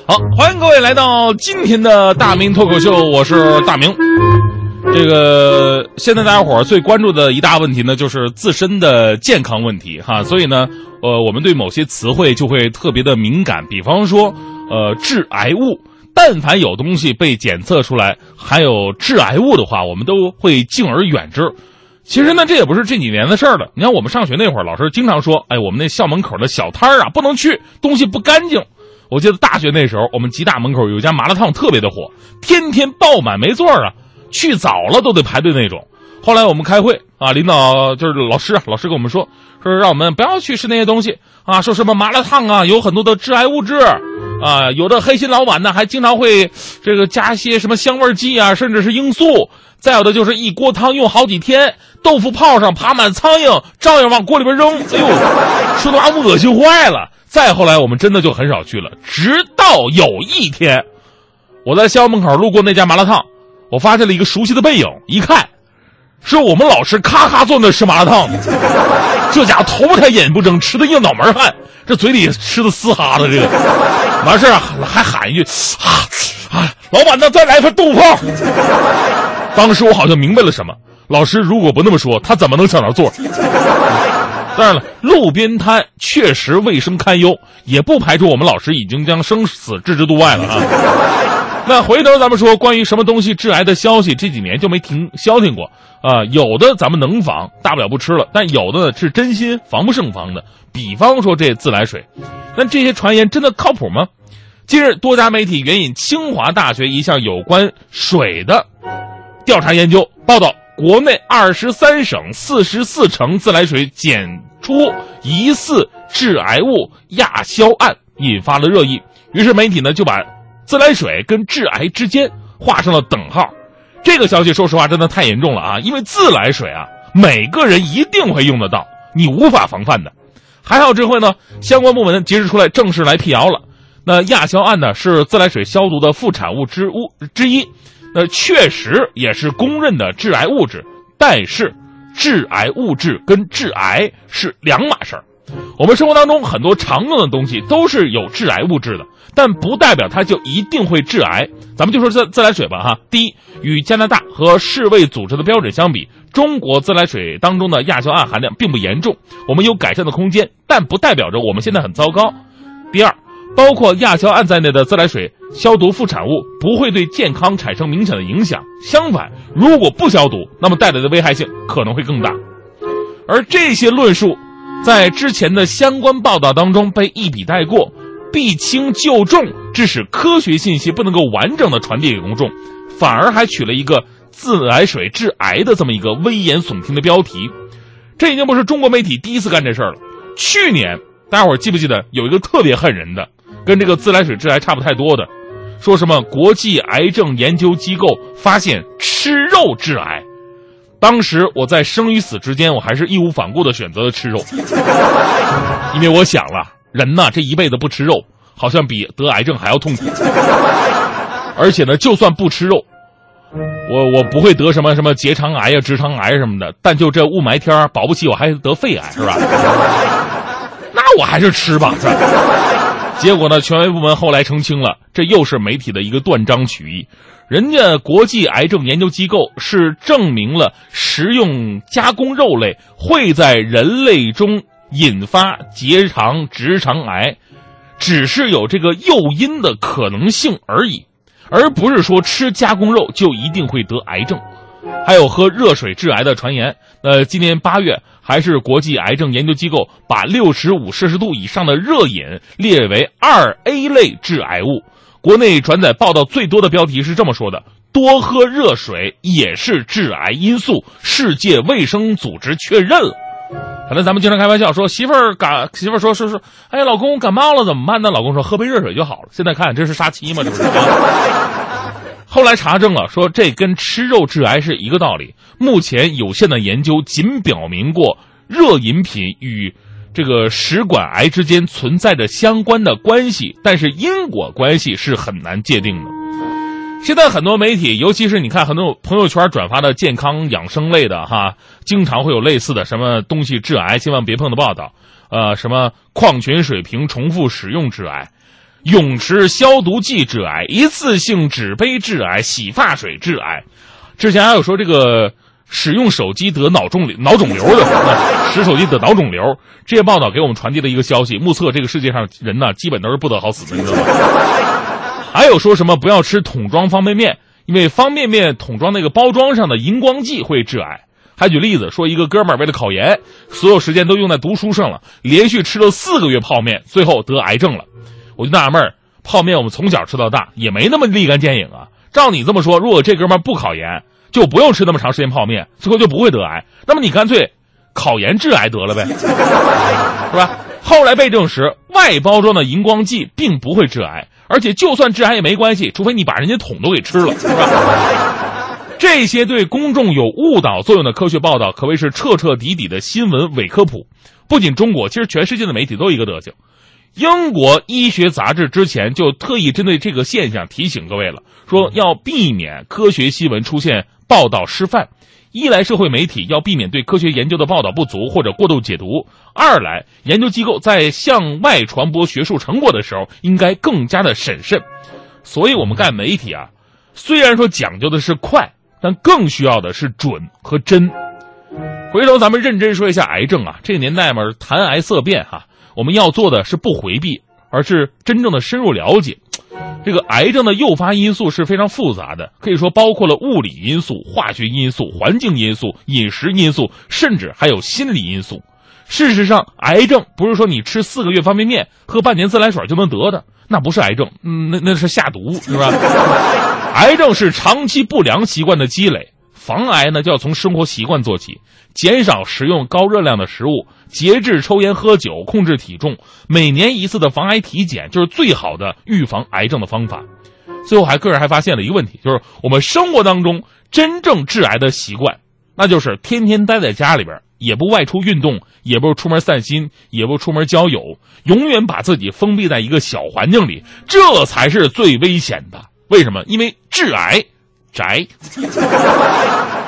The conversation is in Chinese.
好，欢迎各位来到今天的大明脱口秀，我是大明。现在大家伙最关注的一大问题呢，就是自身的健康问题哈，所以呢，我们对某些词汇就会特别的敏感，比方说，致癌物，但凡有东西被检测出来含有致癌物的话，我们都会敬而远之。其实呢，这也不是这几年的事儿了。你看我们上学那会儿，老师经常说，哎，我们那校门口的小摊儿啊，不能去，东西不干净。我记得大学那时候，我们吉大门口有一家麻辣烫特别的火，天天爆满没座啊，去早了都得排队那种。后来我们开会啊，领导就是老师跟我们说让我们不要去吃那些东西啊，说什么麻辣烫啊有很多的致癌物质啊，有的黑心老板呢还经常会加些什么香味剂啊，甚至是罂粟。再有的就是一锅汤用好几天，豆腐泡上爬满苍蝇，照样往锅里边扔。哎呦，说的把我恶心坏了。再后来我们真的就很少去了，直到有一天我在校门口路过那家麻辣烫，我发现了一个熟悉的背影，一看是我们老师咔咔坐那吃麻辣烫。这家伙头不抬眼不睁，吃的硬脑门汗，这嘴里吃的嘶哈的，这个完事还喊一句老板呢，再来一份豆腐泡。当时我好像明白了什么，老师如果不那么说，他怎么能抢到座？当然了，路边摊确实卫生堪忧，也不排除我们老师已经将生死置之度外了啊。那回头咱们说关于什么东西致癌的消息，这几年就没消停过啊。有的咱们能防，大不了不吃了，但有的呢是真心防不胜防的。比方说这自来水，那这些传言真的靠谱吗？近日，多家媒体援引清华大学一项有关水的调查研究报道，国内23省44城自来水检出疑似致癌物亚硝胺，引发了热议。于是媒体呢就把自来水跟致癌之间画上了等号。这个消息说实话真的太严重了啊！因为自来水啊，每个人一定会用得到，你无法防范的。还好这回呢，相关部门及时出来正式来辟谣了。那亚硝胺呢是自来水消毒的副产物之一。确实也是公认的致癌物质，但是致癌物质跟致癌是两码事儿。我们生活当中很多常用的东西都是有致癌物质的，但不代表它就一定会致癌。咱们就说自来水吧哈。第一，与加拿大和世卫组织的标准相比，中国自来水当中的亚硝胺含量并不严重，我们有改善的空间，但不代表着我们现在很糟糕。第二，包括亚硝胺在内的自来水消毒副产物不会对健康产生明显的影响，相反，如果不消毒，那么带来的危害性可能会更大。而这些论述在之前的相关报道当中被一笔带过，避轻就重，致使科学信息不能够完整的传递给公众，反而还取了一个自来水致癌的这么一个危言耸听的标题。这已经不是中国媒体第一次干这事儿了。去年大家伙记不记得有一个特别恨人的，跟这个自来水致癌差不太多的，说什么国际癌症研究机构发现吃肉致癌。当时我在生与死之间，我还是义无反顾地选择了吃肉，因为我想了，人呐这一辈子不吃肉，好像比得癌症还要痛苦。而且呢，就算不吃肉，我不会得什么结肠癌呀、直肠癌什么的，但就这雾霾天，保不齐我还得肺癌，是吧？那我还是吃吧，是吧？结果呢，权威部门后来澄清了，这又是媒体的一个断章取义。人家国际癌症研究机构是证明了食用加工肉类会在人类中引发结肠、直肠癌，只是有这个诱因的可能性而已，而不是说吃加工肉就一定会得癌症。还有喝热水致癌的传言。今年8月，还是国际癌症研究机构把65摄氏度以上的热饮列为2A 类致癌物。国内转载报道最多的标题是这么说的：多喝热水也是致癌因素，世界卫生组织确认了。反正咱们经常开玩笑说，媳妇儿说，哎，老公感冒了怎么办呢？老公说喝杯热水就好了。现在看这是杀妻吗？这不是？后来查证了，说这跟吃肉致癌是一个道理。目前有限的研究仅表明过热饮品与这个食管癌之间存在着相关的关系，但是因果关系是很难界定的。现在很多媒体，尤其是你看很多朋友圈转发的健康养生类的哈，经常会有类似的什么东西致癌千万别碰的报道，什么矿泉水瓶重复使用致癌。 泳池消毒剂致癌，一次性纸杯致癌，洗发水致癌。之前还有说这个使用手机得脑肿瘤的，使手机得脑肿瘤。这些报道给我们传递了一个消息，目测这个世界上人呢，基本都是不得好死的，你知道吗？还有说什么不要吃桶装方便面，因为方便面桶装那个包装上的荧光剂会致癌。还举例子说，一个哥们儿为了考研，所有时间都用在读书上了，连续吃了4个月泡面，最后得癌症了。我就纳闷儿，泡面我们从小吃到大，也没那么立竿见影啊。照你这么说，如果这哥们儿不考研，就不用吃那么长时间泡面，最后就不会得癌。那么你干脆考研致癌得了呗，是吧？后来被证实，外包装的荧光剂并不会致癌，而且就算致癌也没关系，除非你把人家桶都给吃了，是吧？这些对公众有误导作用的科学报道，可谓是彻彻底底的新闻伪科普。不仅中国，其实全世界的媒体都一个德行。英国医学杂志之前就特意针对这个现象提醒各位了，说要避免科学新闻出现报道失范。一来，社会媒体要避免对科学研究的报道不足或者过度解读；二来，研究机构在向外传播学术成果的时候，应该更加的审慎。所以我们干媒体啊，虽然说讲究的是快，但更需要的是准和真。回头咱们认真说一下癌症啊，这个年代嘛，谈癌色变哈，我们要做的是不回避，而是真正的深入了解。这个癌症的诱发因素是非常复杂的，可以说包括了物理因素、化学因素、环境因素、饮食因素，甚至还有心理因素。事实上，癌症不是说你吃4个月方便面、喝半年自来水就能得的，那不是癌症，那是下毒，是吧？癌症是长期不良习惯的积累，防癌呢就要从生活习惯做起，减少食用高热量的食物，节制抽烟喝酒，控制体重，每年1次的防癌体检就是最好的预防癌症的方法。最后个人还发现了一个问题，就是我们生活当中真正致癌的习惯，那就是天天待在家里边，也不外出运动，也不出门散心，也不出门交友，永远把自己封闭在一个小环境里，这才是最危险的。为什么？因为致癌宅。